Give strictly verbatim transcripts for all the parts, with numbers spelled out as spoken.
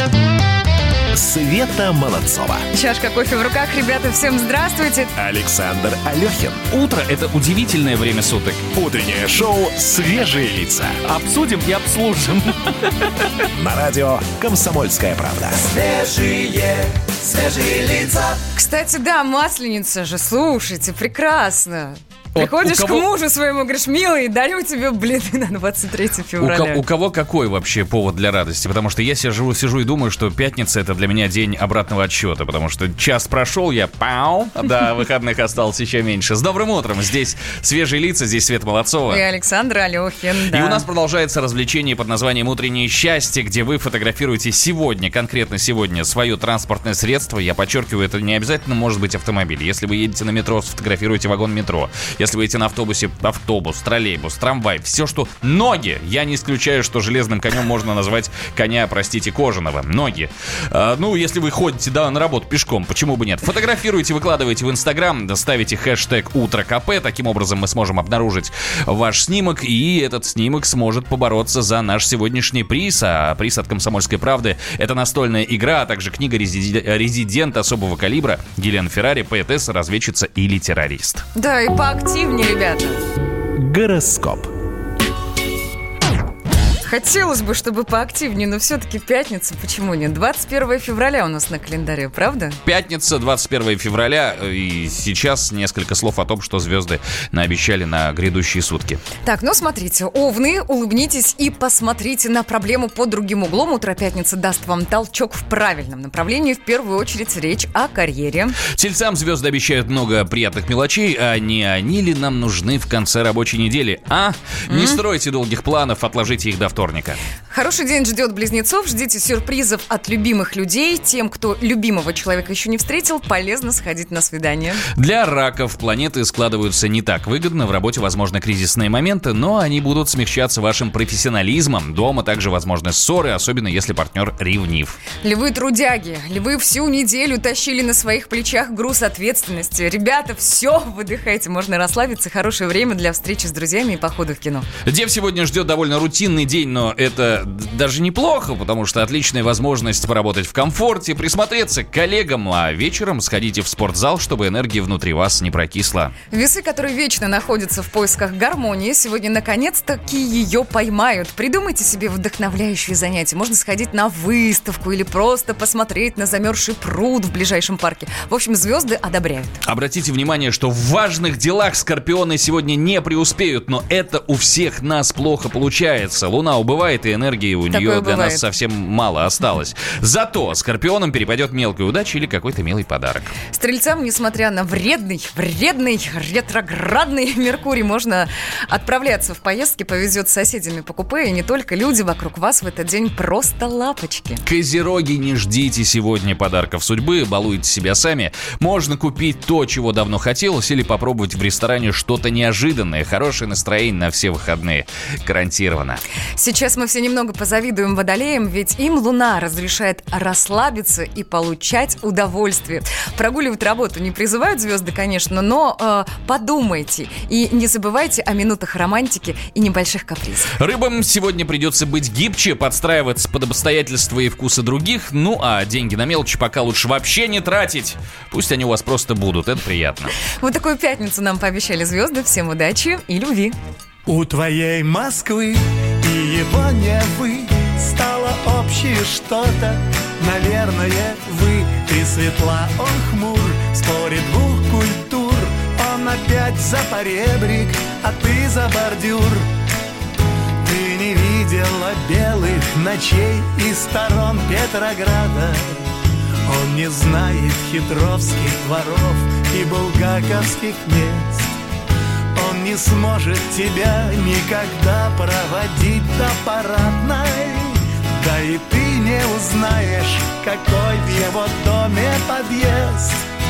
Света Молодцова. Чашка кофе в руках. Ребята, всем здравствуйте. Александр Алехин. Утро – это удивительное время суток. Утреннее шоу «Свежие лица». Обсудим и обслужим. На радио «Комсомольская правда». Свежие, свежие лица. Кстати, да, масленица же, слушайте, прекрасно. Приходишь у кого... к мужу своему, говоришь: милый, дарю тебе блины на двадцать третье февраля. У, ко- у кого какой вообще повод для радости? Потому что я сижу, сижу и думаю, что пятница — это для меня день обратного отсчета. Потому что час прошел, я пау, до выходных осталось еще меньше. С добрым утром. Здесь свежие лица, здесь Света Молодцова. И Александр Алехин, да. И у нас продолжается развлечение под названием «Утреннее счастье», где вы фотографируете сегодня, конкретно сегодня, свое транспортное средство. Я подчеркиваю, это не обязательно может быть автомобиль. Если вы едете на метро, сфотографируйте вагон метро. Если вы едете на автобусе, автобус, троллейбус, трамвай, все, что... Ноги! Я не исключаю, что железным конем можно назвать коня, простите, кожаного. Ноги. А, ну, если вы ходите, да, на работу пешком, почему бы нет? Фотографируйте, выкладывайте в Инстаграм, ставите хэштег «Утро КП». Таким образом мы сможем обнаружить ваш снимок, и этот снимок сможет побороться за наш сегодняшний приз. А приз от «Комсомольской правды» — это настольная игра, а также книга «Резидент» особого калибра Елены Феррари, поэтесса, разведчица или террорист. Да, и поактивнее, ребята. Гороскоп. Хотелось бы, чтобы поактивнее, но все-таки пятница, почему нет? двадцать первое февраля у нас на календаре, правда? Пятница, двадцать первое февраля, и сейчас несколько слов о том, что звезды наобещали на грядущие сутки. Так, ну смотрите, овны, улыбнитесь и посмотрите на проблему под другим углом. Утро пятницы даст вам толчок в правильном направлении. В первую очередь речь о карьере. Тельцам звезды обещают много приятных мелочей, а не они ли нам нужны в конце рабочей недели? А? Mm-hmm. Не стройте долгих планов, отложите их до вторника. Хороший день ждет близнецов. Ждите сюрпризов от любимых людей. Тем, кто любимого человека еще не встретил, полезно сходить на свидание. Для раков планеты складываются не так выгодно. В работе возможны кризисные моменты, но они будут смягчаться вашим профессионализмом. Дома также возможны ссоры, особенно если партнер ревнив. Львы трудяги. Львы всю неделю тащили на своих плечах груз ответственности. Ребята, все, выдыхайте. Можно расслабиться. Хорошее время для встречи с друзьями и похода в кино. Дев сегодня ждет довольно рутинный день, но это даже неплохо, потому что отличная возможность поработать в комфорте, присмотреться к коллегам, а вечером сходите в спортзал, чтобы энергия внутри вас не прокисла. Весы, которые вечно находятся в поисках гармонии, сегодня наконец-таки ее поймают. Придумайте себе вдохновляющие занятия. Можно сходить на выставку или просто посмотреть на замерзший пруд в ближайшем парке. В общем, звезды одобряют. Обратите внимание, что в важных делах скорпионы сегодня не преуспеют, но это у всех нас плохо получается. Луна убывает, и энергии у Такое нее для бывает. нас совсем мало осталось. Зато скорпионам перепадет мелкая удача или какой-то милый подарок. Стрельцам, несмотря на вредный, вредный, ретроградный Меркурий, можно отправляться в поездки, повезет с соседями по купе, и не только люди вокруг вас в этот день просто лапочки. Козероги, не ждите сегодня подарков судьбы, балуйте себя сами. Можно купить то, чего давно хотелось, или попробовать в ресторане что-то неожиданное. Хорошее настроение на все выходные. Гарантированно. Сейчас мы все немного позавидуем водолеям, ведь им Луна разрешает расслабиться и получать удовольствие. Прогуливать работу не призывают звезды, конечно, но э, подумайте и не забывайте о минутах романтики и небольших капризов. Рыбам сегодня придется быть гибче, подстраиваться под обстоятельства и вкусы других, ну а деньги на мелочи пока лучше вообще не тратить. Пусть они у вас просто будут, это приятно. Вот такую пятницу нам пообещали звезды. Всем удачи и любви. У твоей Москвы и его Невы стало общее что-то. Наверное, вы, ты светла, он хмур. В споре двух культур он опять за поребрик, а ты за бордюр. Ты не видела белых ночей и сторон Петрограда. Он не знает хитровских дворов и булгаковских мест. Он не сможет тебя никогда проводить до парадной. Да и ты не узнаешь, какой в его доме подъезд.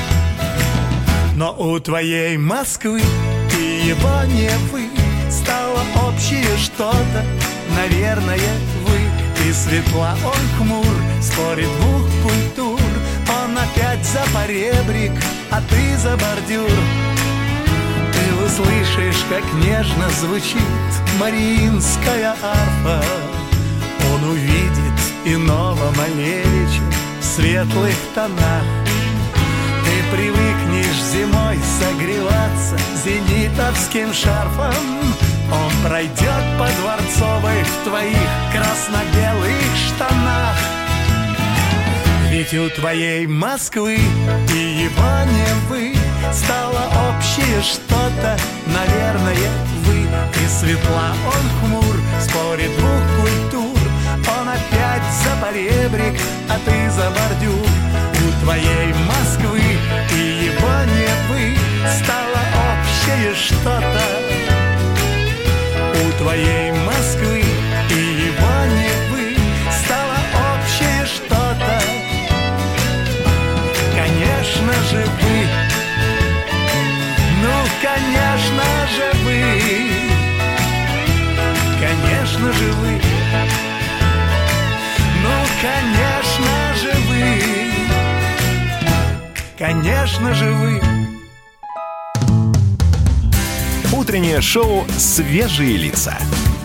Но у твоей Москвы и его Невы стало общее что-то. Наверное, вы, ты светла, он хмур. В споре двух культур он опять за поребрик, а ты за бордюр. Ты услышишь, как нежно звучит мариинская арфа. он увидит иного Малевича в светлых тонах. Ты привыкнешь зимой согреваться зенитовским шарфом, он пройдет по Дворцовой в твоих красно-белых штанах. Ведь у твоей Москвы и его Невы стало общее что-то, наверное, вы. Ты светла, он хмур, спорит двух культур. Он опять за поребрик, а ты за бордюр. У твоей Москвы и его Невы стало общее что-то. У твоей Москвы и его Невы стало общее что-то. Конечно же вы, ну конечно же вы, конечно же вы, ну конечно же вы, конечно же вы. Утреннее шоу «Свежие лица».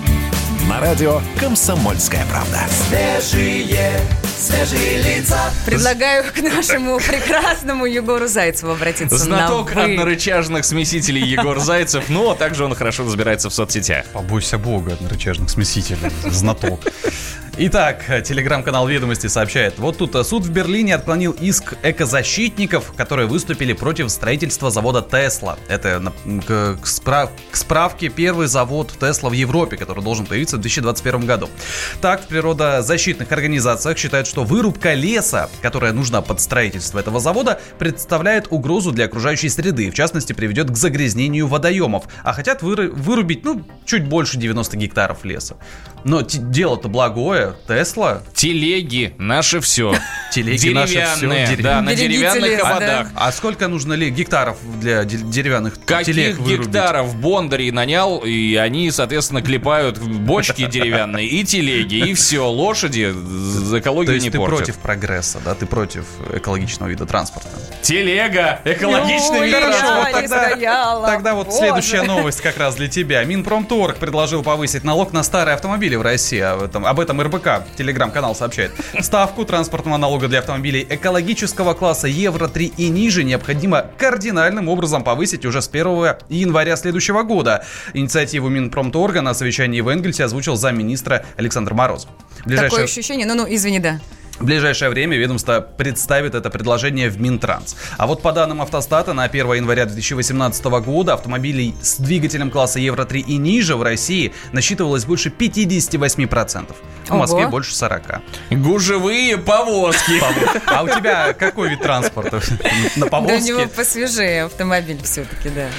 На радио «Комсомольская правда». Свежие, свежие лица. Предлагаю к нашему прекрасному Егору Зайцеву обратиться. Знаток на «вы». однорычажных смесителей Егор Зайцев, но также он хорошо разбирается в соцсетях. Побойся бога, однорычажных смесителей. Знаток. Итак, телеграм-канал «Ведомости» сообщает. Вот тут суд в Берлине отклонил иск экозащитников, которые выступили против строительства завода Tesla. Это к, к, справ, к справке первый завод Tesla в Европе, который должен появиться в две тысячи двадцать первом году. Так, в природозащитных организациях считают, что вырубка леса, которая нужна под строительство этого завода, представляет угрозу для окружающей среды. В частности, приведет к загрязнению водоемов. А хотят выры, вырубить, ну, чуть больше девяноста гектаров леса. Но т- дело-то благое. Тесла. Телеги, наше все. Телеги наше все. Деревянные, да, на Берегите деревянных лес, ободах. да. А сколько нужно ли гектаров для де- деревянных телег Каких вырубить? гектаров Бондарей нанял, и они, соответственно, клепают бочки деревянные и телеги, и все, лошади за экологию То есть не ты портят. против прогресса, да? Ты против экологичного вида транспорта. Телега, экологичный Ну, вид я транспорта. не стояла. Тогда вот Боже. следующая новость как раз для тебя. Минпромторг предложил повысить налог на старые автомобили в России. Об этом, об этом эр бэ ка, телеграм-канал, сообщает. Ставку транспортного налога для автомобилей экологического класса Евро три и ниже необходимо кардинальным образом повысить уже с первого января следующего года. Инициативу Минпромторга на совещании в Энгельсе озвучил замминистра Александр Морозов. Ближайшее... Такое ощущение, ну-ну, извини, да. В ближайшее время ведомство представит это предложение в Минтранс. А вот по данным Автостата, на первое января две тысячи восемнадцатого года автомобилей с двигателем класса Евро три и ниже в России насчитывалось больше пятьдесят восемь процентов. В Москве Ого. больше сорок процентов. Гужевые повозки. А у тебя какой вид транспорта? На Да у него повозке? посвежее автомобиль все-таки, да.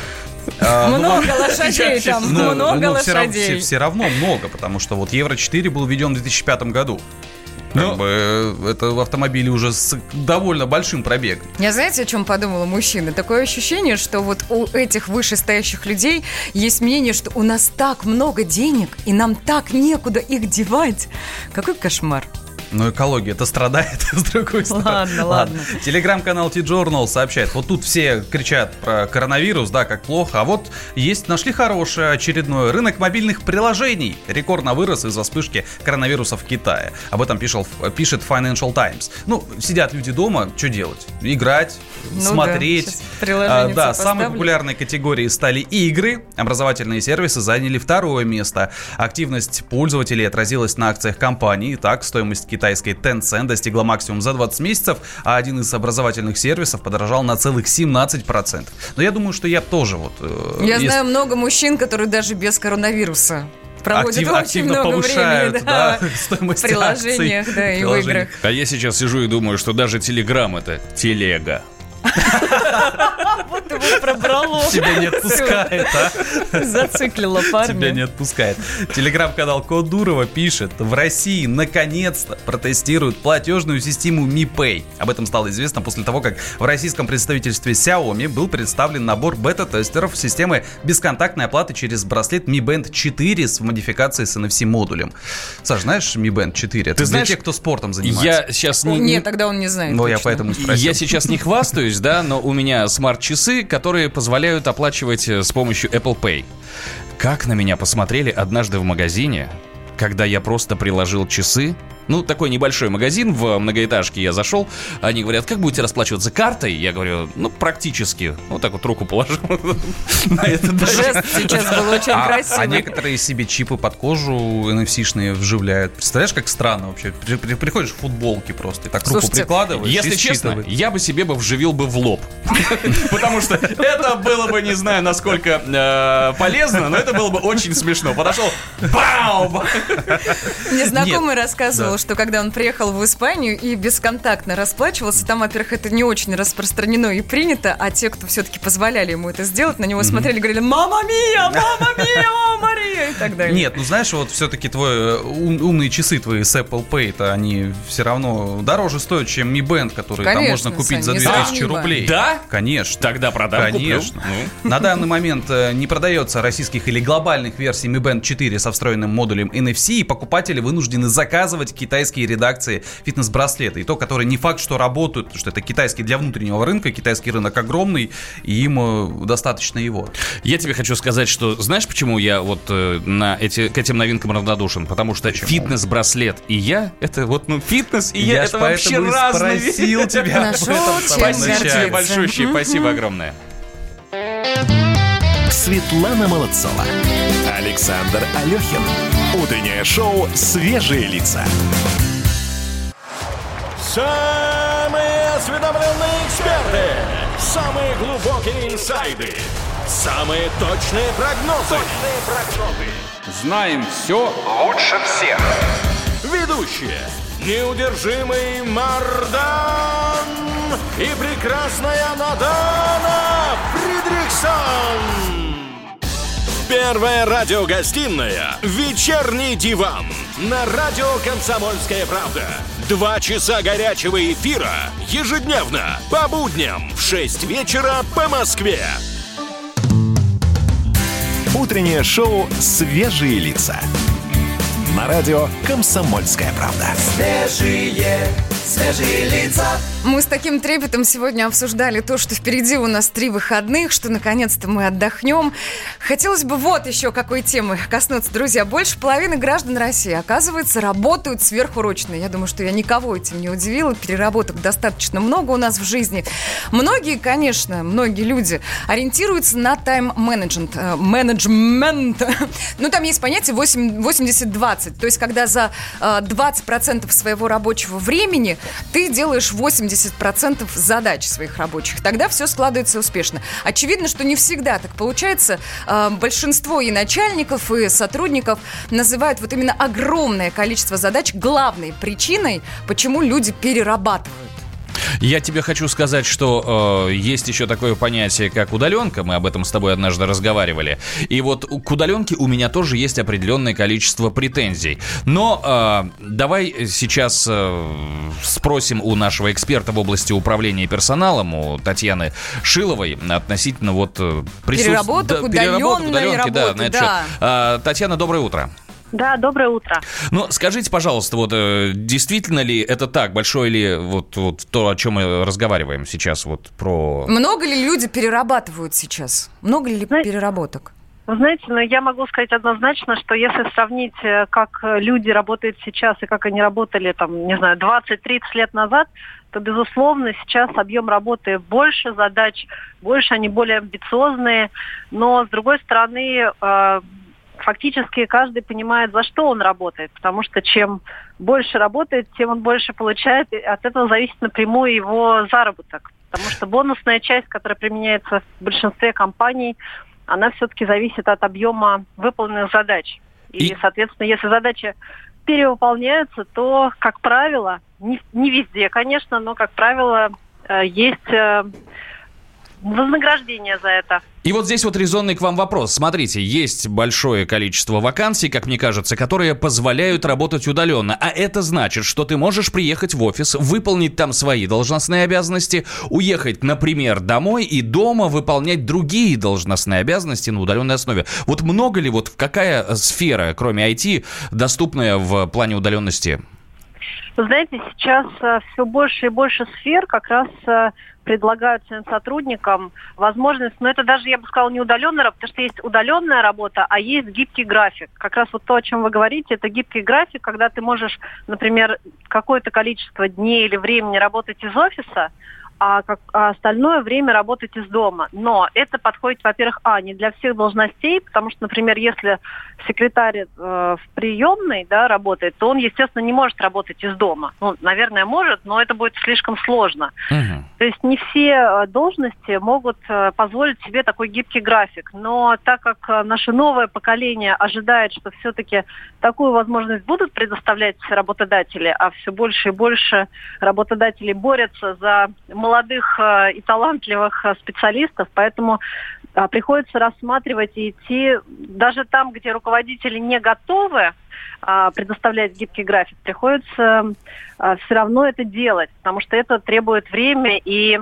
А, ну, Много лошадей там, ну, много ну, все рав- лошадей. все- все равно много, потому что вот Евро четыре был введен в две тысячи пятом году. Как Ну, бы э, это в автомобиле уже с довольно большим пробегом. Я знаете, о чем подумала мужчина? Такое ощущение, что вот у этих вышестоящих людей есть мнение, что у нас так много денег, и нам так некуда их девать. Какой кошмар. Но экология-то страдает, с другой стороны. Ладно, ладно. Телеграм-канал T-Journal сообщает, вот тут все кричат про коронавирус, да, как плохо, а вот есть, нашли хорошее очередное. Рынок мобильных приложений рекордно вырос из-за вспышки коронавируса в Китае. Об этом пишет, пишет Financial Times. Ну, сидят люди дома, что делать? Играть, Ну смотреть. да, сейчас приложение А, да, всё самой поставлю. популярной категорией стали игры. Образовательные сервисы заняли второе место. Активность пользователей отразилась на акциях компании. Так, стоимость китайской Tencent достигла максимум за двадцать месяцев, а один из образовательных сервисов подорожал на целых семнадцать процентов. Но я думаю, что я тоже вот... э, Я если- знаю много мужчин, которые даже без коронавируса проводят актив- очень активно много повышают, времени да, да, стоимость в приложениях, акций, да, и в приложениях. играх. А я сейчас сижу и думаю, что даже Телеграм — это телега. Вот его пробрало. Тебя не отпускает, а? Зациклила парня. Тебя не отпускает. Телеграм-канал Код Дурова пишет: в России наконец-то протестируют платежную систему Mi Pay. Об этом стало известно после того, как в российском представительстве Xiaomi был представлен набор бета-тестеров системы бесконтактной оплаты через браслет Mi Band четыре с модификацией с эн эф си-модулем. Саш, знаешь Mi Band четыре? Это Ты для знаешь, тех, кто спортом занимается. Я сейчас не... Нет, тогда он не знает. Ну, я точно. поэтому спросил. Я сейчас не хвастаюсь, да, но у меня смарт-часы, которые позволяют оплачивать э, с помощью Apple Pay. Как на меня посмотрели однажды в магазине, когда я просто приложил часы. Ну, такой небольшой магазин в многоэтажке я зашел. Они говорят, как будете расплачиваться, картой? Я говорю, ну, практически. Вот так вот руку положил на этот Жест сейчас был очень А, а красивый. некоторые себе чипы под кожу эн эф си-шные вживляют. Представляешь, как странно вообще? При- при- приходишь в футболке просто, и так руку Слушайте, прикладываешь Если и честно, считывает. я бы себе бы вживил бы в лоб. Потому что это было бы, не знаю, насколько э, полезно, но это было бы очень смешно. Подошел, бау! Мне знакомый Нет, рассказывал, да. что когда он приехал в Испанию и бесконтактно расплачивался, там, во-первых, это не очень распространено и принято, а те, кто все-таки позволяли ему это сделать, на него смотрели и говорили «Мама мия! Мама мия! О, Мария!» и так далее. Нет, ну знаешь, вот все-таки твои э, ум- умные часы твои с Apple Pay-то, они все равно дороже стоят, чем Mi Band, который там Конечно, можно купить за Сань, две тысячи несравнимо. рублей. Да? Конечно. Тогда продам, Конечно. куплю. Ну. На данный момент э, не продается российских или глобальных версий Mi Band четыре со встроенным модулем эн эф си, и покупатели вынуждены заказывать китайские редакции фитнес-браслета. И то, которые не факт, что работают, потому что это китайский для внутреннего рынка, китайский рынок огромный, и им э, достаточно его. Я тебе хочу сказать, что знаешь, почему я вот э, на эти, к этим новинкам равнодушен? Потому что Почему? фитнес-браслет и я, это вот, ну, фитнес и я, Я ж это вообще поэтому и разные спросил вещи. тебя об Нашел этом в чем самом Спасибо тебе начале. гордиться. большущее, спасибо огромное. Светлана Молодцова. Александр Алехин. Утреннее шоу «Свежие лица». Самые осведомленные эксперты, самые глубокие инсайды, самые точные прогнозы. Точные прогнозы. Знаем все лучше всех. Ведущие: неудержимый Мардан и прекрасная Надана Фридрихсон. Первая радиогостинная «Вечерний диван» на радио «Комсомольская правда». Два часа горячего эфира ежедневно по будням в шесть вечера по Москве. Утреннее шоу «Свежие лица». На радио «Комсомольская правда». Свежие, свежие лица. Мы с таким трепетом сегодня обсуждали то, что впереди у нас три выходных, что наконец-то мы отдохнем. Хотелось бы вот еще какой темы коснуться, друзья. Больше половины граждан России, оказывается, работают сверхурочно. Я думаю, что я никого этим не удивила. Переработок достаточно много у нас в жизни. Многие, конечно, многие люди ориентируются на тайм-менеджмент. э, Менеджмент. Ну, там есть понятие восемьдесят двадцать. То есть, когда за э, двадцать процентов своего рабочего времени ты делаешь восемьдесят процентов задач своих рабочих. Тогда все складывается успешно. Очевидно, что не всегда так получается. Э, большинство и начальников, и сотрудников называют вот именно огромное количество задач главной причиной, почему люди перерабатывают. Я тебе хочу сказать, что э, есть еще такое понятие, как удаленка. Мы об этом с тобой однажды разговаривали. И вот к удаленке у меня тоже есть определенное количество претензий. Но э, давай сейчас э, спросим у нашего эксперта в области управления персоналом, у Татьяны Шиловой, относительно вот э, присутств- Переработок, да, переработок, удаленной удаленки, да, работы, на этот да. счет. Э, Татьяна, доброе утро. Да, доброе утро. Ну, скажите, пожалуйста, вот э, действительно ли это так? Большое ли вот, вот то, о чем мы разговариваем сейчас, вот про... Много ли люди перерабатывают сейчас? Много ли Знаете- переработок? Вы знаете, но я могу сказать однозначно, что если сравнить, э, как люди работают сейчас и как они работали, там, не знаю, двадцать-тридцать лет назад, то, безусловно, сейчас объем работы больше, задач больше, они более амбициозные. Но, с другой стороны, э, фактически каждый понимает, за что он работает, потому что чем больше работает, тем он больше получает, и от этого зависит напрямую его заработок. Потому что бонусная часть, которая применяется в большинстве компаний, она все-таки зависит от объема выполненных задач. И, И- соответственно, если задачи перевыполняются, то, как правило, не, не везде, конечно, но, как правило, э, есть э, вознаграждение за это. И вот здесь вот резонный к вам вопрос. Смотрите, есть большое количество вакансий, как мне кажется, которые позволяют работать удаленно. А это значит, что ты можешь приехать в офис, выполнить там свои должностные обязанности, уехать, например, домой и дома выполнять другие должностные обязанности на удаленной основе. Вот много ли, вот какая сфера, кроме ай ти, доступная в плане удаленности? Вы знаете, сейчас все больше и больше сфер как раз предлагают своим сотрудникам возможность, но это даже, я бы сказала, не удаленная работа, потому что есть удаленная работа, а есть гибкий график. Как раз вот то, о чем вы говорите, это гибкий график, когда ты можешь, например, какое-то количество дней или времени работать из офиса, а, как, а остальное время работать из дома. Но это подходит, во-первых, а, не для всех должностей, потому что, например, если секретарь э, в приемной, да, работает, то он, естественно, не может работать из дома. Ну, наверное, может, но это будет слишком сложно. Uh-huh. То есть не все должности могут э, позволить себе такой гибкий график. Но так как э, наше новое поколение ожидает, что все-таки такую возможность будут предоставлять работодатели, а все больше и больше работодателей борются за молодых э, и талантливых э, специалистов, поэтому э, приходится рассматривать и идти даже там, где руководители не готовы э, предоставлять гибкий график, приходится э, все равно это делать, потому что это требует время и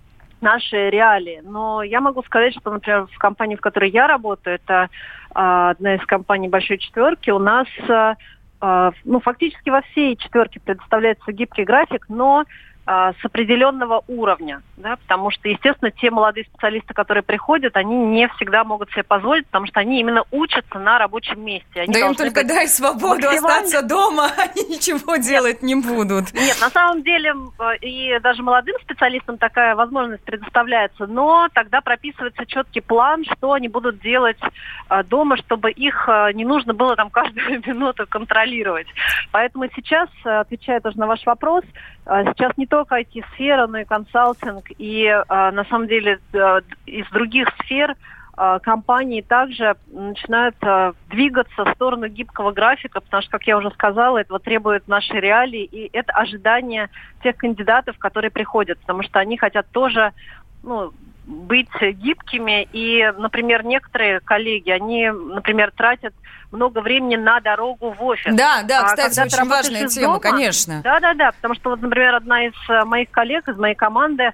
наши реалии. Но я могу сказать, что, например, в компании, в которой я работаю, это э, одна из компаний Большой Четверки, у нас э, э, ну, фактически во всей четверке предоставляется гибкий график, но с определенного уровня, да, потому что, естественно, те молодые специалисты, которые приходят, они не всегда могут себе позволить, потому что они именно учатся на рабочем месте. Они да им только дай свободу остаться дома, они ничего делать не будут. Нет, на самом деле и даже молодым специалистам такая возможность предоставляется, но тогда прописывается четкий план, что они будут делать дома, чтобы их не нужно было там каждую минуту контролировать. Поэтому сейчас, отвечая тоже на ваш вопрос, сейчас не только ай ти-сфера, но и консалтинг, и э, на самом деле э, из других сфер э, компании также начинают э, двигаться в сторону гибкого графика, потому что, как я уже сказала, этого требуют наши реалии, и это ожидание тех кандидатов, которые приходят, потому что они хотят тоже, ну, быть гибкими, и, например, некоторые коллеги, они, например, тратят много времени на дорогу в офис. Да, да, а кстати, очень важная тема, дома, конечно. Да-да-да, потому что, вот, например, одна из моих коллег, из моей команды,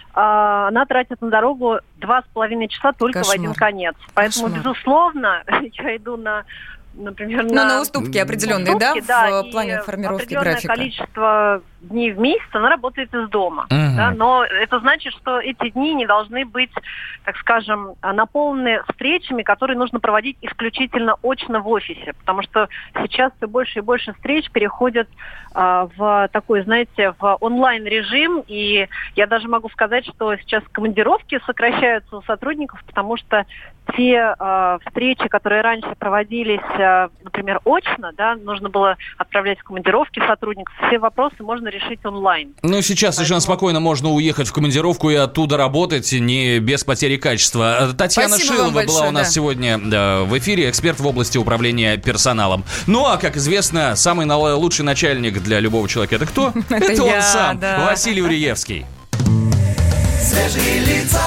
она тратит на дорогу два с половиной часа только Кошмар. в один конец. Поэтому, Кошмар. безусловно, я иду на... Например, ну, на, на уступки определенные, уступки, да, в да, плане формировки графика. Определенное количество дней в месяц она работает из дома. Uh-huh. Да, но это значит, что эти дни не должны быть, так скажем, наполнены встречами, которые нужно проводить исключительно очно в офисе. Потому что сейчас все больше и больше встреч переходят а, в такой, знаете, в онлайн-режим. И я даже могу сказать, что сейчас командировки сокращаются у сотрудников, потому что те э, встречи, которые раньше проводились, э, например, очно, да, нужно было отправлять в командировки сотрудников, все вопросы можно решить онлайн. Ну, сейчас Поэтому... совершенно спокойно можно уехать в командировку и оттуда работать не без потери качества. Татьяна Спасибо Шилова большое, была у нас да. сегодня да, в эфире, эксперт в области управления персоналом. Ну, а, как известно, самый лучший начальник для любого человека — это кто? Это он сам, Василий Уриевский. Свежие лица.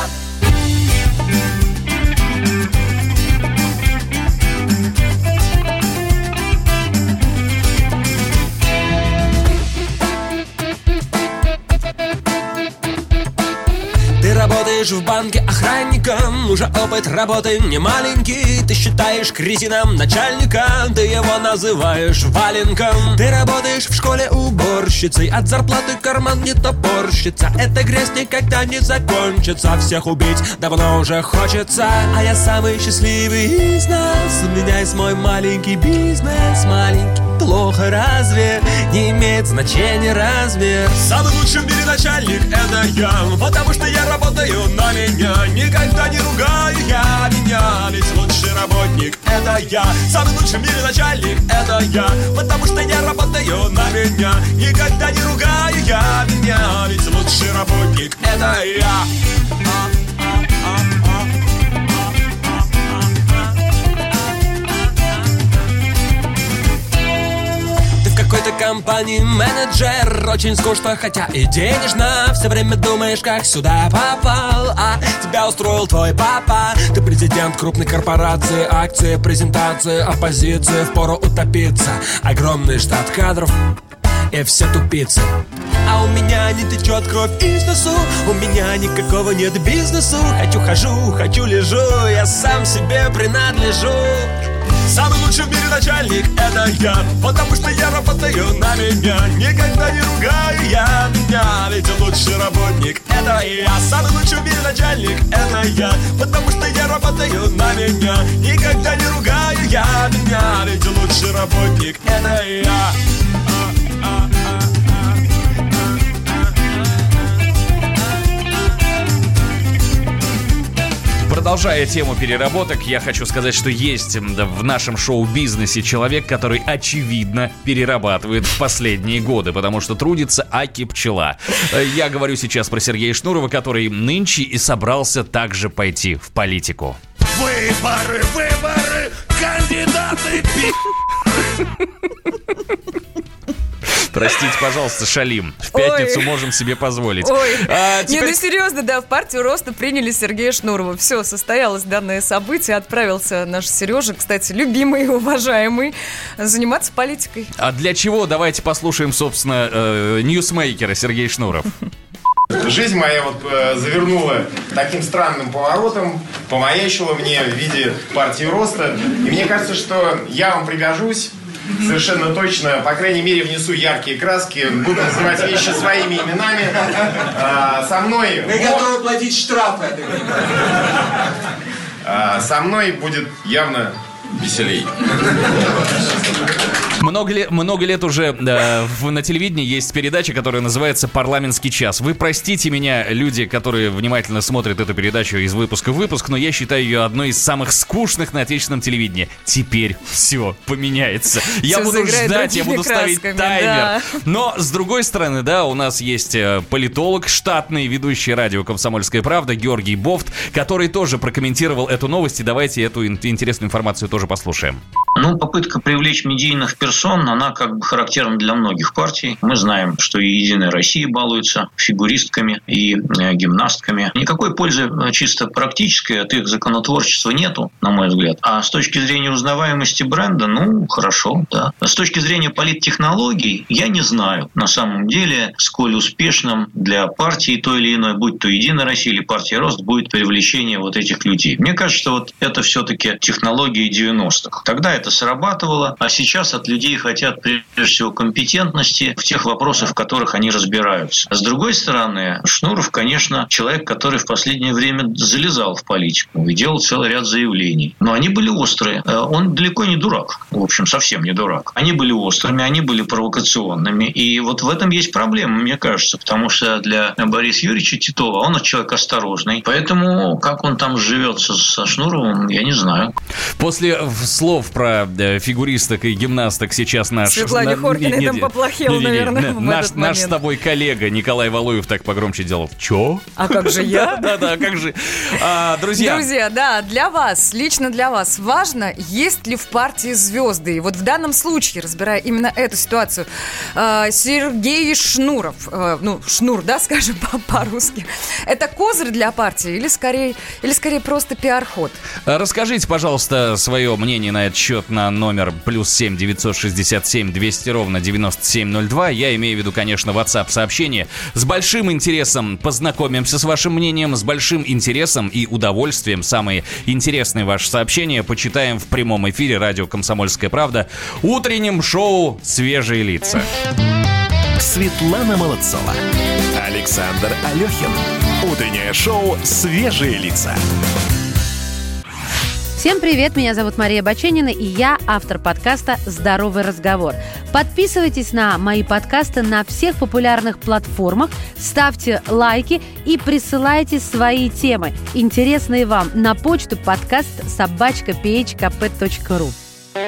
Ты работаешь в банке охранником, уже опыт работы не маленький. Ты считаешь кретином начальника, ты его называешь валенком. Ты работаешь в школе уборщицей, от зарплаты карман не топорщится. Эта грязь никогда не закончится, всех убить давно уже хочется. А я самый счастливый из нас, у меня есть мой маленький бизнес. Маленький, плохо разве, не имеет значения размер. Самый лучший в мире начальник — это я, потому что я работаю на меня. Никогда не ругаю я меня, ведь лучший работник — это я. Самый лучший в мире начальник — это я, потому что я работаю на меня. Никогда не ругаю я меня, ведь лучший работник — это я. В какой-то компании менеджер, очень скучно, хотя и денежно. Все время думаешь, как сюда попал, а тебя устроил твой папа. Ты президент крупной корпорации, акции, презентации, оппозиции, впору утопиться. Огромный штат кадров и все тупицы. А у меня не течет кровь из носу, у меня никакого нет бизнесу. Хочу хожу, хочу лежу, я сам себе принадлежу. Самый лучший в мире начальник — это я, потому что я работаю на меня. Никогда не ругаю я меня, ведь лучший работник — это я. Самый лучший в мире начальник — это я, потому что я работаю на меня. Никогда не ругаю я меня, ведь лучший работник — это я. Продолжая тему переработок, я хочу сказать, что есть в нашем шоу-бизнесе человек, который, очевидно, перерабатывает в последние годы, потому что трудится аки пчела. Я говорю сейчас про Сергея Шнурова, который нынче и собрался также пойти в политику. Выборы, выборы, кандидаты пи***. Простите, пожалуйста, шалим. В пятницу Ой. можем себе позволить. Ой, а, теперь... не, ну серьезно, да, в партию Роста приняли Сергея Шнурова. Все, состоялось данное событие, отправился наш Сережа, кстати, любимый и уважаемый, заниматься политикой. А для чего? Давайте послушаем, собственно, э, ньюсмейкера Сергея Шнуров. Жизнь моя вот э, завернула таким странным поворотом, помаячила мне в виде партии Роста. И мне кажется, что я вам пригожусь. Совершенно точно, по крайней мере, внесу яркие краски, буду называть вещи своими именами. А, со мной... Мы готовы платить штрафы. А, со мной будет явно веселей. Много, лет, много лет уже э, в, на телевидении есть передача, которая называется «Парламентский час». Вы простите меня, люди, которые внимательно смотрят эту передачу из выпуска в выпуск, но я считаю ее одной из самых скучных на отечественном телевидении. Теперь все поменяется. Все я буду ждать, я буду ставить таймер. Да. Но, с другой стороны, да, у нас есть политолог, штатный ведущий радио «Комсомольская правда» Георгий Бофт, который тоже прокомментировал эту новость. И давайте эту интересную информацию тоже послушаем. Ну, попытка привлечь медийных персон, она как бы характерна для многих партий. Мы знаем, что и «Единая Россия» балуется фигуристками и э, гимнастками. Никакой пользы чисто практической от их законотворчества нету, на мой взгляд. А с точки зрения узнаваемости бренда, ну, хорошо, да. С точки зрения политтехнологий, я не знаю, на самом деле, сколь успешным для партии той или иной, будь то «Единая Россия» или партия «Рост», будет привлечение вот этих людей. Мне кажется, что вот это все-таки технологии девяностых. Тогда это срабатывало, а сейчас от людей хотят прежде всего компетентности в тех вопросах, в которых они разбираются. С другой стороны, Шнуров, конечно, человек, который в последнее время залезал в политику и делал целый ряд заявлений. Но они были острые. Он далеко не дурак. В общем, совсем не дурак. Они были острыми, они были провокационными. И вот в этом есть проблема, мне кажется, потому что для Бориса Юрьевича Титова он человек осторожный. Поэтому как он там живется со Шнуровым, я не знаю. После слов про фигуристок и гимнасток сейчас наш... Светлане Хоркиной там поплохел, не, не, не, наверное, в наш, этот наш момент. с тобой коллега Николай Валуев так погромче делал. Чё? А как же я? Да-да, как же. Друзья. Друзья, да, для вас, лично для вас важно, есть ли в партии звезды. И вот в данном случае, разбирая именно эту ситуацию, Сергей Шнуров, ну, Шнур, да, скажем по-русски, это козырь для партии или скорее, или скорее просто пиар-ход? Расскажите, пожалуйста, свое мнение на этот счет на номер плюс семь девятьсот шестьдесят семь двести ровно девяносто семь ноль два. Я имею в виду, конечно, WhatsApp-сообщение. С большим интересом познакомимся с вашим мнением, с большим интересом и удовольствием самые интересные ваши сообщения почитаем в прямом эфире радио «Комсомольская правда» утреннем шоу «Свежие лица». Светлана Молодцова, Александр Алехин. Утреннее шоу «Свежие лица». Всем привет, меня зовут Мария Баченина, и я автор подкаста «Здоровый разговор». Подписывайтесь на мои подкасты на всех популярных платформах, ставьте лайки и присылайте свои темы, интересные вам, на почту подкаст собачка пи эйч ка пэ точка ру.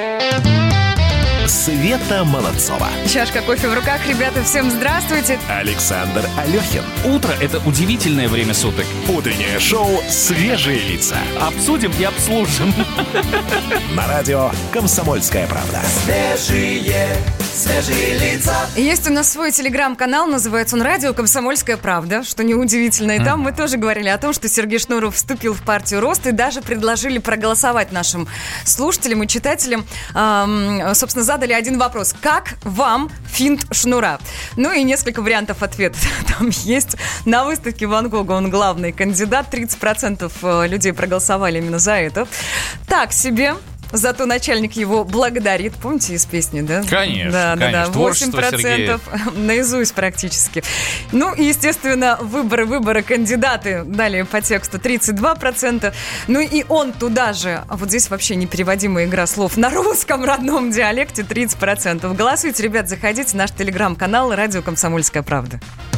Света Молодцова. Чашка кофе в руках, ребята, всем здравствуйте. Александр Алехин. Утро – это удивительное время суток. Утреннее шоу «Свежие лица». Обсудим и обслужим. На радио «Комсомольская правда». Свежие, свежие лица. Есть у нас свой телеграм-канал, называется он «Радио Комсомольская правда», что неудивительно. И там мы тоже говорили о том, что Сергей Шнуров вступил в партию «Рост» и даже предложили проголосовать нашим слушателям и читателям. Эм, собственно, задали один вопрос. Как вам финт Шнура? Ну и несколько вариантов ответа там есть. На выставке Ван Гога он главный кандидат. тридцать процентов людей проголосовали именно за это. Так себе. зато начальник его благодарит. Помните из песни, да? Конечно, да, конечно. Да, да. восемь процентов наизусть практически. Ну и, естественно, выборы, выборы, кандидаты. Далее по тексту тридцать два процента. Ну и он туда же. Вот здесь вообще непереводимая игра слов на русском родном диалекте тридцать процентов. Голосуйте, ребят, заходите в наш телеграм-канал «Радио Комсомольская правда».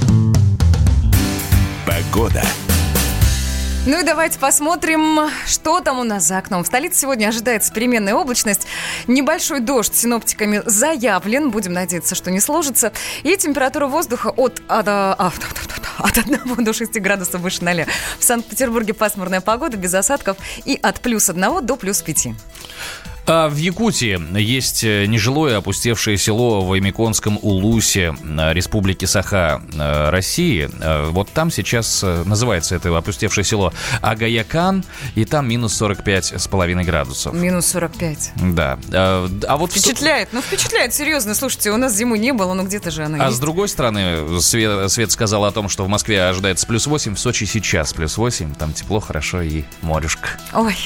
Погода. Ну и давайте посмотрим, что там у нас за окном. В столице сегодня ожидается переменная облачность. Небольшой дождь синоптиками заявлен. Будем надеяться, что не сложится. И температура воздуха от, от, от, от одного до шести градусов выше ноля. В Санкт-Петербурге пасмурная погода, без осадков. И от плюс одного до плюс пяти. А в Якутии есть нежилое опустевшее село в Аймиконском Улусе Республики Саха России. Вот там сейчас называется это опустевшее село Агаякан, и там минус сорок пять с половиной градусов. Минус сорок пять. Да. А, а вот впечатляет. Ну, впечатляет, серьезно. Слушайте, у нас зимы не было, но где-то же она А есть. с другой стороны, Свет, Свет сказал о том, что в Москве ожидается плюс восемь, в Сочи сейчас плюс восемь. Там тепло, хорошо и морешко. Ой.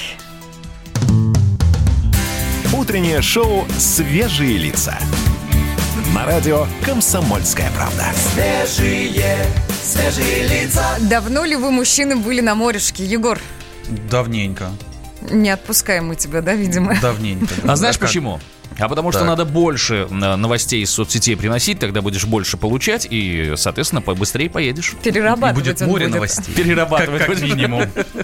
Утреннее шоу «Свежие лица». На радио «Комсомольская правда». Свежие, свежие лица. Давно ли вы, мужчины, были на морешке, Егор? Давненько. Не отпускаем мы тебя, да, видимо? Давненько. А знаешь почему? А потому что Так. надо больше новостей из соцсетей приносить, тогда будешь больше получать и, соответственно, побыстрее поедешь. Перерабатывать И будет он море будет. новостей. Перерабатывать Как, как будешь. минимум.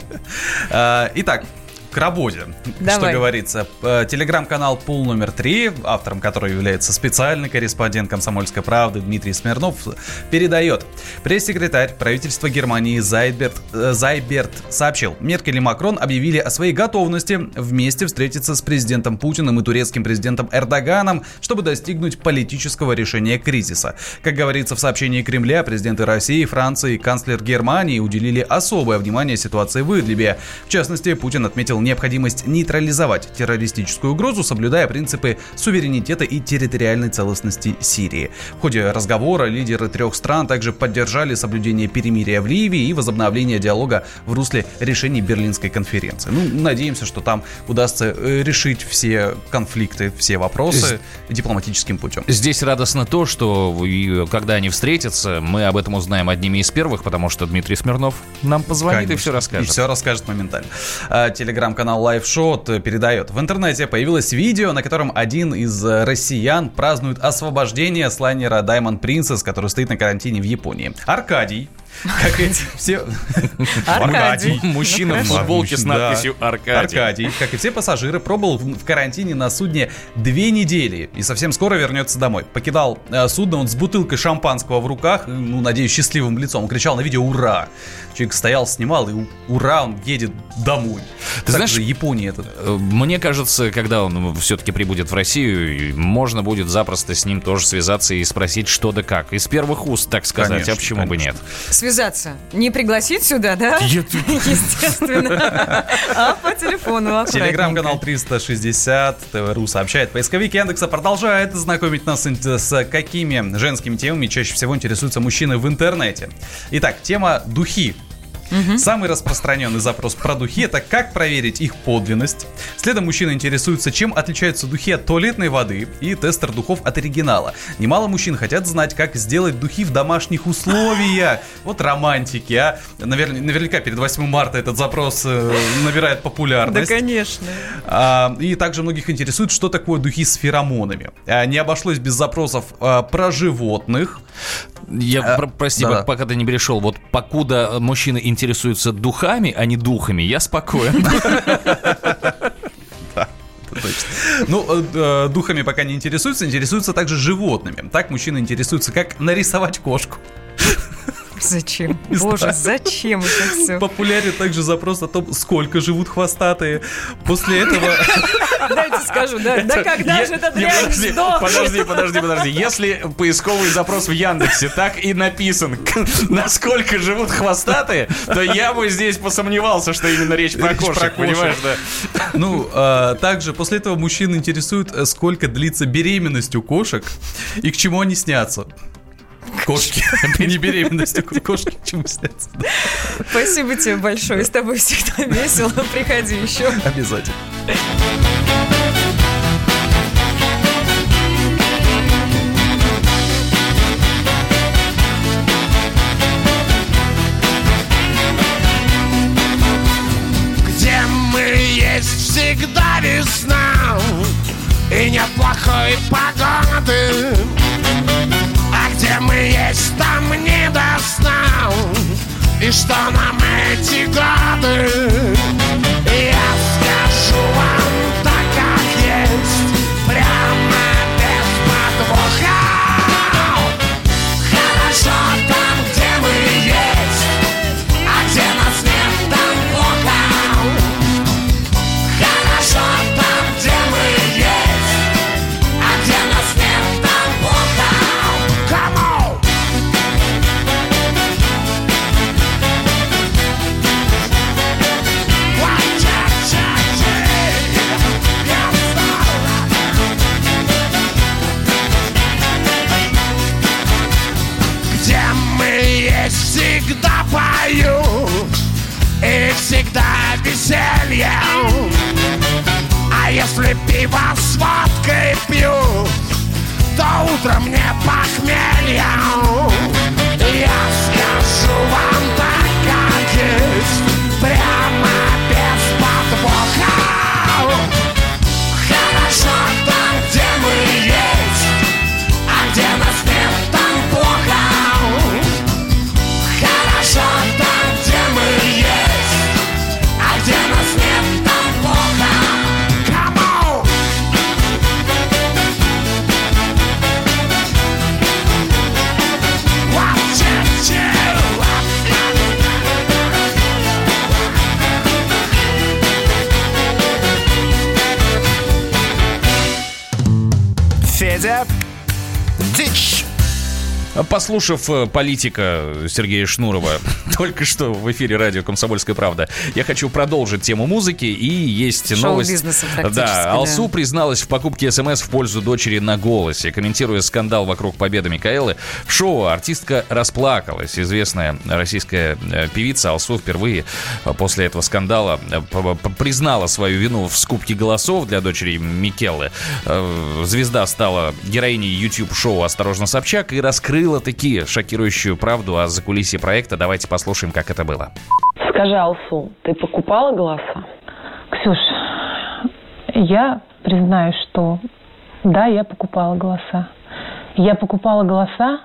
А, Итак, к работе, Давай. что говорится. Э, Телеграм-канал «Пул номер три», автором которого является специальный корреспондент «Комсомольской правды» Дмитрий Смирнов, передает. Пресс-секретарь правительства Германии Зайберт, э, Зайберт сообщил, Меркель и Макрон объявили о своей готовности вместе встретиться с президентом Путиным и турецким президентом Эрдоганом, чтобы достигнуть политического решения кризиса. Как говорится в сообщении Кремля, президенты России, Франции и канцлер Германии уделили особое внимание ситуации в Идлибе. В частности, Путин отметил необходимость нейтрализовать террористическую угрозу, соблюдая принципы суверенитета и территориальной целостности Сирии. В ходе разговора лидеры трех стран также поддержали соблюдение перемирия в Ливии и возобновление диалога в русле решений Берлинской конференции. Ну, надеемся, что там удастся решить все конфликты, все вопросы дипломатическим путем. Здесь радостно то, что и когда они встретятся, мы об этом узнаем одними из первых, потому что Дмитрий Смирнов нам позвонит Конечно. и все расскажет. И все расскажет моментально. А, Телеграм-канал LiveShot передает. В интернете появилось видео, на котором один из россиян празднует освобождение с лайнера Diamond Princess, который стоит на карантине в Японии. Аркадий, как и все... Аркадий. Мужчина в футболке с надписью «Аркадий». Аркадий, как и все пассажиры, пробыл в в карантине на судне две недели и совсем скоро вернется домой. Покидал э, судно он с бутылкой шампанского в руках, ну, надеюсь, счастливым лицом. Он кричал на видео «Ура!». Человек стоял, снимал, и у- «Ура!», он едет домой. Ты Так знаешь, же Япония это... Мне кажется, когда он все-таки прибудет в Россию, можно будет запросто с ним тоже связаться и спросить, что да как. Из первых уст, так сказать, Конечно, а почему бы нет? Связаться. Не пригласить сюда, да? Естественно. А по телефону аккуратненько. Телеграм-канал триста шестьдесят ТВ.ру сообщает, поисковик Яндекса продолжает знакомить нас с какими женскими темами чаще всего интересуются мужчины в интернете. Итак, тема духи. Самый распространенный запрос про духи — это как проверить их подлинность. Следом мужчины интересуются, чем отличаются духи от туалетной воды и тестер духов от оригинала. Немало мужчин хотят знать, как сделать духи в домашних условиях. Вот романтики, а. Навер- Наверняка перед восьмым марта этот запрос э, набирает Да, популярность. конечно. А, и также многих интересует, что такое духи с феромонами. А, не обошлось без запросов а, про животных. Я, А, про- прости, да-да. пок- пока ты не перешел. Вот покуда мужчины интересуются духами, а не духами, я спокоен. Точно. Ну, э, э, духами пока не интересуются, интересуются также животными. Так мужчины интересуются, как нарисовать кошку. Зачем? Не Боже, знаю. зачем это все? Популярен также запрос о том, сколько живут хвостатые. После этого... Дайте скажу, да, да когда Я- же этот не, дрянь подожди, сдохнет? подожди, подожди, подожди. Если поисковый запрос в Яндексе так и написан, насколько живут хвостатые, то я бы здесь посомневался, что именно речь про Речь про кошек, кошек. понимаешь, да? Ну, э, также после этого мужчин интересует, э, сколько длится беременность у кошек и к чему они снятся. Кошки. Не беременность, а кошки к чему снятся. Да. Спасибо тебе большое. С тобой всегда весело. Приходи еще. Обязательно. Где мы есть всегда весна и нет плохой погоды. А где мы есть, там не до сна. И что нам эти годы? Я скажу вам так, как есть, прямо без подвоха. Хорошо там, где мы есть, а где нас нет, там плохо. Хорошо там, где мы есть, а где нас нет, там плохо. Come on! Где мы есть, всегда поют и всегда веселье. А если пиво с водкой пьют, то утром не похмелья. Я скажу вам так, как есть, прямо без подвоха. Хорошо там, где мы есть, а где нас нет, там плохо. Хорошо там, где мы есть, а где нас нет, там плохо. Come on! Федя, дичь. Послушав э, политика Сергея Шнурова только что в эфире радио «Комсомольская правда», я хочу продолжить тему музыки. И есть новость. Шоу-бизнеса практически, Да, Алсу да. призналась в покупке СМС в пользу дочери на «Голосе». Комментируя скандал вокруг победы Микаэлы в шоу, артистка расплакалась. Известная российская э, певица Алсу впервые э, после этого скандала э, п- п- признала свою вину в скупке голосов для дочери Микелы. Э, звезда стала героиней YouTube-шоу «Осторожно, Собчак» и раскрыла таки шокирующую правду о закулисье проекта. Давайте послушаем, как это было. Скажи, Алсу, ты покупала голоса? Ксюш, я признаюсь, что да, я покупала голоса. Я покупала голоса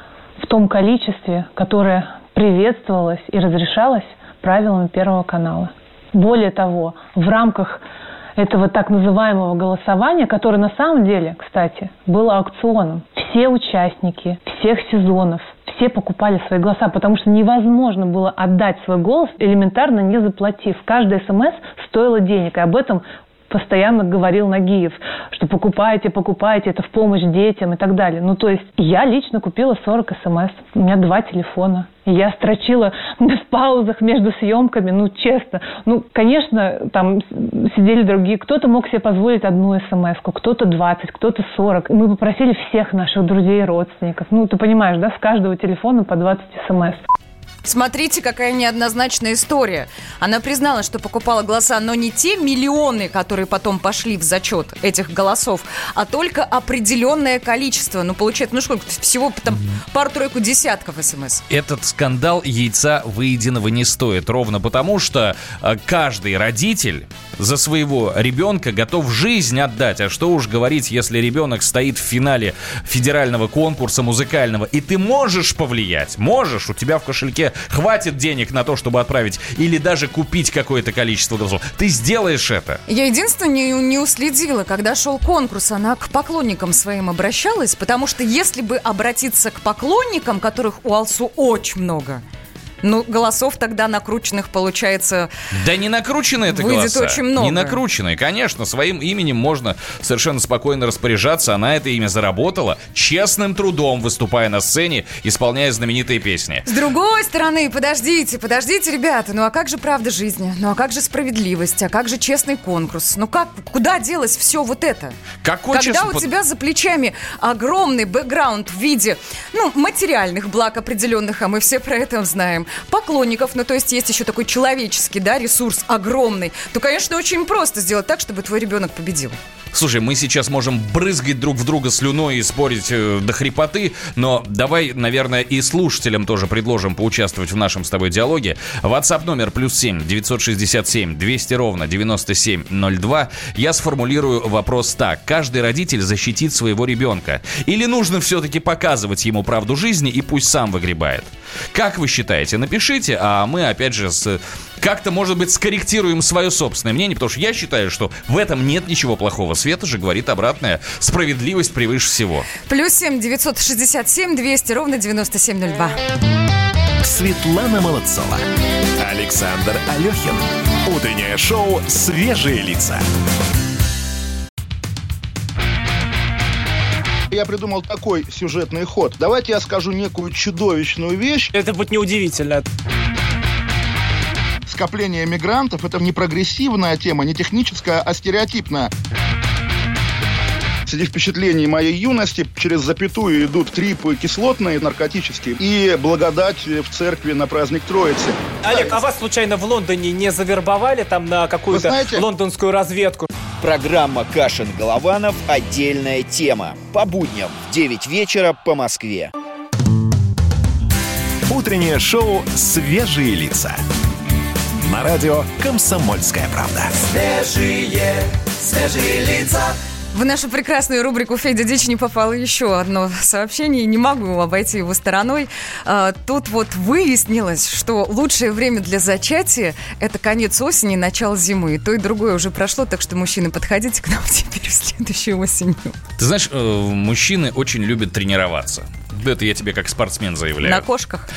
в том количестве, которое приветствовалось и разрешалось правилами Первого канала. Более того, в рамках этого так называемого голосования, которое на самом деле, кстати, было аукционом, все участники всех сезонов, все покупали свои голоса, потому что невозможно было отдать свой голос, элементарно не заплатив. Каждая смс стоила денег, и об этом постоянно говорил Нагиев, что покупайте, покупайте, это в помощь детям и так далее. Ну, то есть я лично купила сорок смс, у меня два телефона. И я строчила в паузах между съемками, ну, честно. Ну, конечно, там сидели другие. Кто-то мог себе позволить одну смс-ку, кто-то двадцать, кто-то сорок. Мы попросили всех наших друзей и родственников. Ну, ты понимаешь, да, с каждого телефона по двадцать смс. Смотрите, какая неоднозначная история. Она признала, что покупала голоса, но не те миллионы, которые потом пошли в зачет этих голосов, а только определенное количество. Ну, получается, ну сколько, всего там пару-тройку десятков смс. Этот скандал яйца выеденного не стоит. Ровно потому, что э, каждый родитель за своего ребенка готов жизнь отдать. А что уж говорить, если ребенок стоит в финале федерального конкурса музыкального, и ты можешь повлиять, можешь, у тебя в кошельке хватит денег на то, чтобы отправить или даже купить какое-то количество голосов. Ты сделаешь это. Я единственное не, не уследила, когда шел конкурс, она к поклонникам своим обращалась, потому что если бы обратиться к поклонникам, которых у Алсу очень много, ну, голосов тогда накрученных, получается... Да не накрученные это выйдет голоса. Очень много. Не накрученные, конечно. Своим именем можно совершенно спокойно распоряжаться. Она это имя заработала честным трудом, выступая на сцене, исполняя знаменитые песни. С другой стороны, подождите, подождите, ребята. Ну а как же правда жизни? Ну а как же справедливость? А как же честный конкурс? Ну как, куда делось все вот это? Какой Когда честный... у тебя за плечами огромный бэкграунд в виде, ну, материальных благ определенных, а мы все про это знаем, говорим, поклонников, ну, то есть есть еще такой человеческий, да, ресурс огромный, то, конечно, очень просто сделать так, чтобы твой ребенок победил. Слушай, мы сейчас можем брызгать друг в друга слюной и спорить э, до хрипоты, но давай, наверное, и слушателям тоже предложим поучаствовать в нашем с тобой диалоге. WhatsApp номер плюс семь девятьсот шестьдесят семь двести ровно девяносто семь ноль два. Я сформулирую вопрос так. Каждый родитель защитит своего ребенка? Или нужно все-таки показывать ему правду жизни и пусть сам выгребает? Как вы считаете? Напишите, а мы, опять же, с... как-то, может быть, скорректируем свое собственное мнение, потому что я считаю, что в этом нет ничего плохого. Света же говорит обратное. Справедливость превыше всего. Плюс семь девятьсот шестьдесят семь двести ровно девяносто семь ноль два. Светлана Молодцова. Александр Алехин. Утреннее шоу «Свежие лица». Я придумал такой сюжетный ход. Давайте я скажу некую чудовищную вещь. Это будет неудивительно. Скопление мигрантов – это не прогрессивная тема, не техническая, а стереотипная. Среди впечатлений моей юности через запятую идут трипы кислотные, наркотические, и благодать в церкви на праздник Троицы. Олег, а вас случайно в Лондоне не завербовали там на какую-то знаете, лондонскую разведку? Программа «Кашин-Голованов. Отдельная тема». По будням в девять вечера по Москве. Утреннее шоу «Свежие лица». На радио «Комсомольская правда». Свежие, свежие лица. В нашу прекрасную рубрику «Федя Дичь» не попало еще одно сообщение, не могу обойти его стороной. Тут вот выяснилось, что лучшее время для зачатия – это конец осени, начало зимы. И то, и другое уже прошло, так что, мужчины, подходите к нам теперь следующей осенью. Ты знаешь, мужчины очень любят тренироваться. Это я тебе как спортсмен заявляю. На кошках?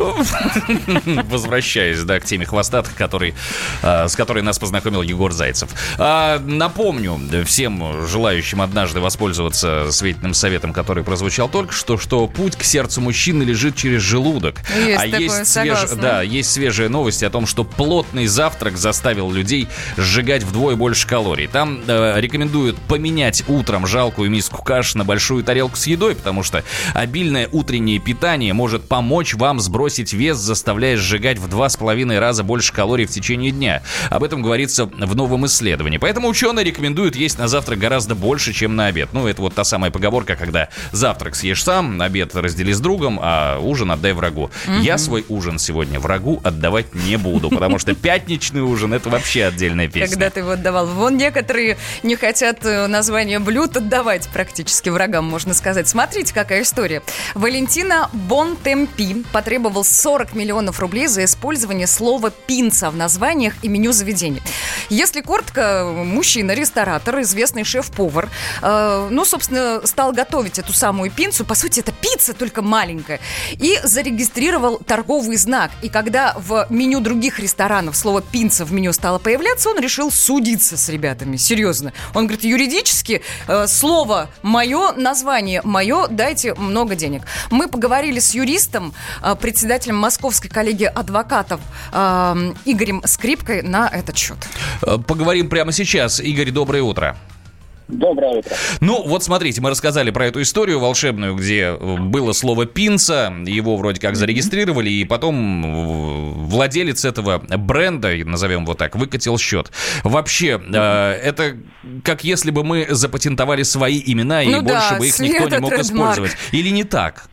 Возвращаясь, да, к теме хвостатых, который, а, с которой нас познакомил Егор Зайцев. А, напомню всем желающим однажды воспользоваться Светиным советом, который прозвучал только что, что путь к сердцу мужчины лежит через желудок. Есть а такое, есть, свеж... да, есть свежая новость о том, что плотный завтрак заставил людей сжигать вдвое больше калорий. Там э, рекомендуют поменять утром жалкую миску каши на большую тарелку с едой, потому что обильное утреннее питание может помочь вам сбросить вес, заставляя сжигать в два с половиной раза больше калорий в течение дня. Об этом говорится в новом исследовании. Поэтому ученые рекомендуют есть на завтрак гораздо больше, чем на обед. Ну, это вот та самая поговорка, когда завтрак съешь сам, обед раздели с другом, а ужин отдай врагу. Угу. Я свой ужин сегодня врагу отдавать не буду, потому что пятничный ужин — это вообще отдельная песня. Когда ты его отдавал. Вон некоторые не хотят название блюд отдавать практически врагам, можно сказать. Смотрите, какая история. Валентина Бонтемпи потребовал сорок миллионов рублей за использование слова «пинца» в названиях и меню заведений. Если коротко, мужчина-ресторатор, известный шеф-повар, э, ну, собственно, стал готовить эту самую пинцу. По сути, это пицца, только маленькая. И зарегистрировал торговый знак. И когда в меню других ресторанов слово «пинца» в меню стало появляться, он решил судиться с ребятами. Серьезно. Он говорит, юридически э, слово «мое», название «мое», дайте много денег. Мы поговорили с юристом, э, председателем Московской коллегии адвокатов э, Игорем Скрипкой на этот счет. Поговорим прямо сейчас. Игорь, доброе утро. Доброе утро. Ну, вот смотрите, мы рассказали про эту историю волшебную, где было слово «пинца», его вроде как зарегистрировали, и потом владелец этого бренда, назовем его так, выкатил счет. Вообще, э, это как если бы мы запатентовали свои имена, и ну больше да, бы их никто не мог использовать. Или не так?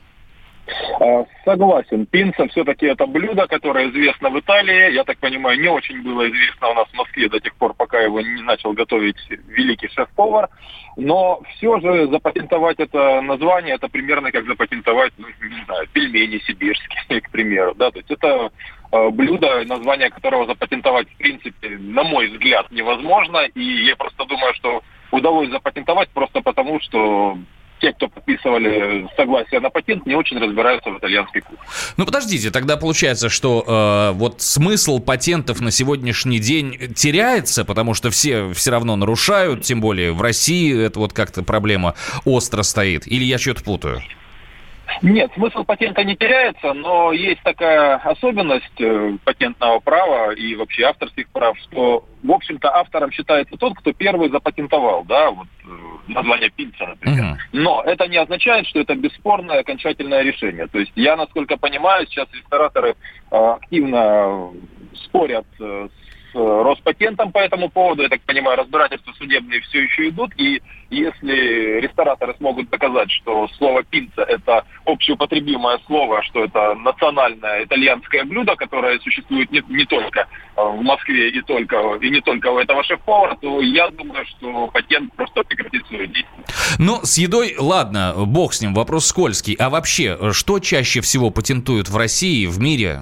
Согласен. Пинца все-таки это блюдо, которое известно в Италии. Я так понимаю, не очень было известно у нас в Москве до тех пор, пока его не начал готовить великий шеф-повар. Но все же запатентовать это название, это примерно как запатентовать, ну, не знаю, пельмени сибирские, к примеру. Да? То есть это э, блюдо, название которого запатентовать, в принципе, на мой взгляд, невозможно. И я просто думаю, что удалось запатентовать просто потому, что те, кто подписывали согласие на патент, не очень разбираются в итальянской кухне. Ну, подождите, тогда получается, что э, вот смысл патентов на сегодняшний день теряется, потому что все все равно нарушают, тем более в России это вот как-то проблема остро стоит. Или я что-то путаю? Нет, смысл патента не теряется, но есть такая особенность патентного права и вообще авторских прав, что, в общем-то, автором считается тот, кто первый запатентовал, да, вот название пинца, например. Uh-huh. Но это не означает, что это бесспорное окончательное решение. То есть я, насколько понимаю, сейчас рестораторы активно спорят с Роспатентом по этому поводу. Я так понимаю, разбирательства судебные все еще идут. И если рестораторы смогут доказать, что слово пинца – это общеупотребимое слово, что это национальное итальянское блюдо, которое существует не, не только в Москве и, только, и не только у этого шеф-повара, то я думаю, что патент просто прекратит свое действие. Ну, с едой, ладно, бог с ним, вопрос скользкий. А вообще, что чаще всего патентуют в России, в мире?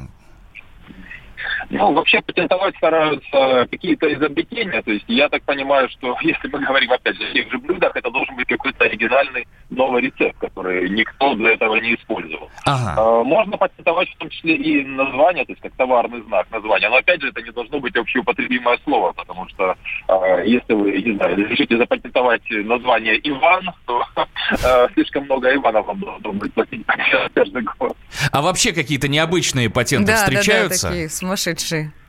Ну, вообще патентовать стараются какие-то изобретения. То есть я так понимаю, что если мы говорим, опять же, о тех же блюдах, это должен быть какой-то оригинальный новый рецепт, который никто для этого не использовал. Ага. Можно патентовать в том числе и название, то есть как товарный знак названия. Но опять же, это не должно быть общеупотребимое слово, потому что если вы, не знаю, решите запатентовать название Иван, то слишком много Иванов вам должно быть платить каждый год. А вообще какие-то необычные патенты да, встречаются? Да, да, такие сумасшедшие.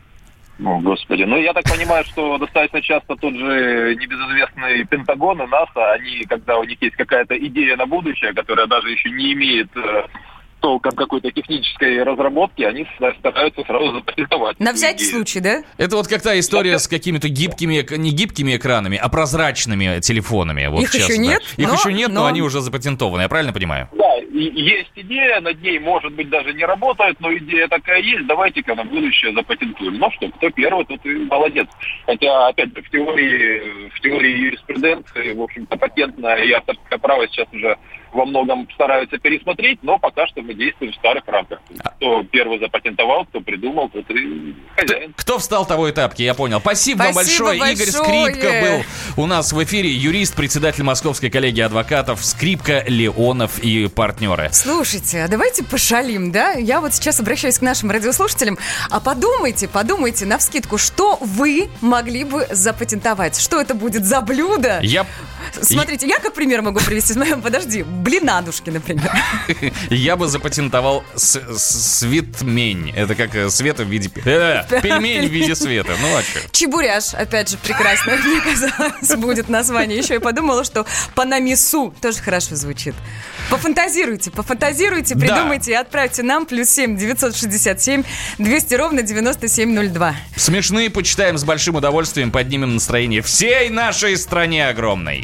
Ну, господи. Ну, я так понимаю, что достаточно часто тот же небезызвестный Пентагон и НАСА, они, когда у них есть какая-то идея на будущее, которая даже еще не имеет толком какой-то технической разработки, они стараются сразу запатентовать. На всякий идею. случай, да? Это вот как та история да. с какими-то гибкими, не гибкими экранами, а прозрачными телефонами. Вот Их сейчас, еще да. нет? Их но, еще нет, но... но они уже запатентованы, я правильно понимаю? Да, и есть идея, над ней, может быть, даже не работает, но идея такая есть, давайте-ка на будущее запатентуем. Ну что, кто первый, тот и молодец. Хотя, опять же, в теории, в теории юриспруденции, в общем-то, патентное и авторское право сейчас уже во многом стараются пересмотреть, но пока что мы действуем в старых рамках. Кто первый запатентовал, кто придумал, тот и хозяин. Кто встал, того и тапки, я понял. Спасибо, Спасибо большое. большое. Игорь Скрипка был у нас в эфире, юрист, председатель Московской коллегии адвокатов Скрипка, Леонов и партнеры. Слушайте, а давайте пошалим, да? Я вот сейчас обращаюсь к нашим радиослушателям. А подумайте, подумайте навскидку, что вы могли бы запатентовать? Что это будет за блюдо? Я... Смотрите, я как пример могу привести. Подожди, блинадушки, например. Я бы запатентовал с- с- светмень. Это как света в виде... Э, пельмень в виде света. Ну а что? Чебуряш, опять же, прекрасно, мне казалось, будет название. Еще я подумала, что панамису тоже хорошо звучит. Пофантазируйте, пофантазируйте, придумайте да. и отправьте нам плюс семь девятьсот шестьдесят семь двести ровно девяносто семь ноль два. Смешные почитаем с большим удовольствием, поднимем настроение всей нашей стране огромной.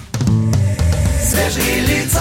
Свежие лица.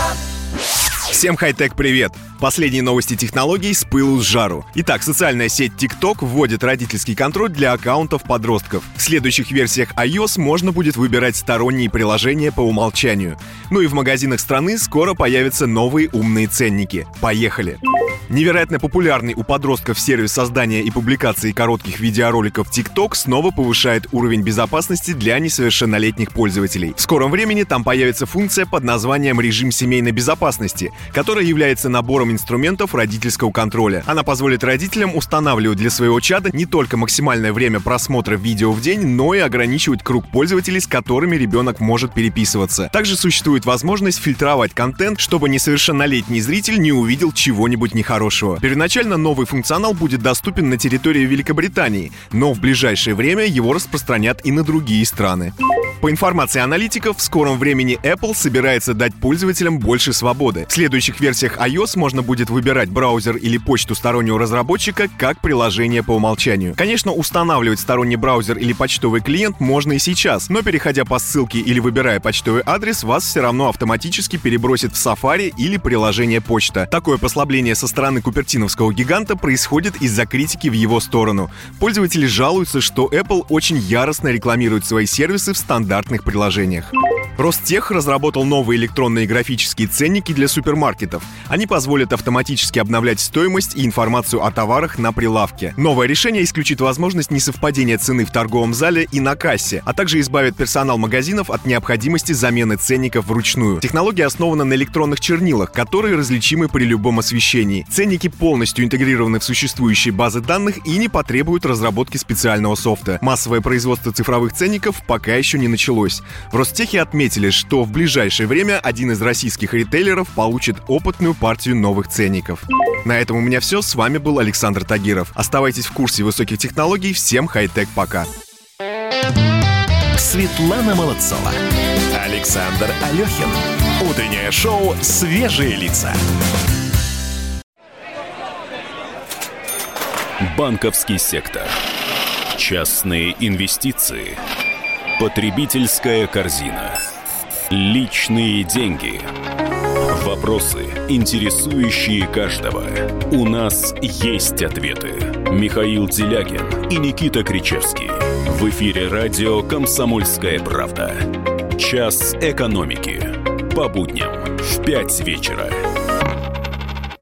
Всем хай-тек привет! Последние новости технологий с пылу с жару. Итак, социальная сеть TikTok вводит родительский контроль для аккаунтов подростков. В следующих версиях iOS можно будет выбирать сторонние приложения по умолчанию. Ну и в магазинах страны скоро появятся новые умные ценники. Поехали! Невероятно популярный у подростков сервис создания и публикации коротких видеороликов TikTok снова повышает уровень безопасности для несовершеннолетних пользователей. В скором времени там появится функция под названием «Режим семейной безопасности», которая является набором инструментов родительского контроля. Она позволит родителям устанавливать для своего чада не только максимальное время просмотра видео в день, но и ограничивать круг пользователей, с которыми ребенок может переписываться. Также существует возможность фильтровать контент, чтобы несовершеннолетний зритель не увидел чего-нибудь нехорошего. Первоначально новый функционал будет доступен на территории Великобритании, но в ближайшее время его распространят и на другие страны. По информации аналитиков, в скором времени Apple собирается дать пользователям больше свободы. В следующих версиях iOS можно будет выбирать браузер или почту стороннего разработчика как приложение по умолчанию. Конечно, устанавливать сторонний браузер или почтовый клиент можно и сейчас, но переходя по ссылке или выбирая почтовый адрес, вас все равно автоматически перебросит в Safari или приложение почта. Такое послабление со стороны купертиновского гиганта происходит из-за критики в его сторону. Пользователи жалуются, что Apple очень яростно рекламирует свои сервисы в стандартных приложениях. Ростех разработал новые электронные графические ценники для супермаркетов. Они позволят автоматически обновлять стоимость и информацию о товарах на прилавке. Новое решение исключит возможность несовпадения цены в торговом зале и на кассе, а также избавит персонал магазинов от необходимости замены ценников вручную. Технология основана на электронных чернилах, которые различимы при любом освещении. Ценники полностью интегрированы в существующие базы данных и не потребуют разработки специального софта. Массовое производство цифровых ценников пока еще не началось. В Ростехе отметили, что в ближайшее время один из российских ритейлеров получит получит опытную партию новых ценников. На этом у меня все. С вами был Александр Тагиров. Оставайтесь в курсе высоких технологий. Всем хай-тек пока. Светлана Молодцова. Александр Алехин. Утреннее шоу «Свежие лица». Банковский сектор. Частные инвестиции. Потребительская корзина. Личные деньги. Вопросы, интересующие каждого. У нас есть ответы. Михаил Делягин и Никита Кричевский. В эфире радио «Комсомольская правда». Час экономики. По будням в пять вечера.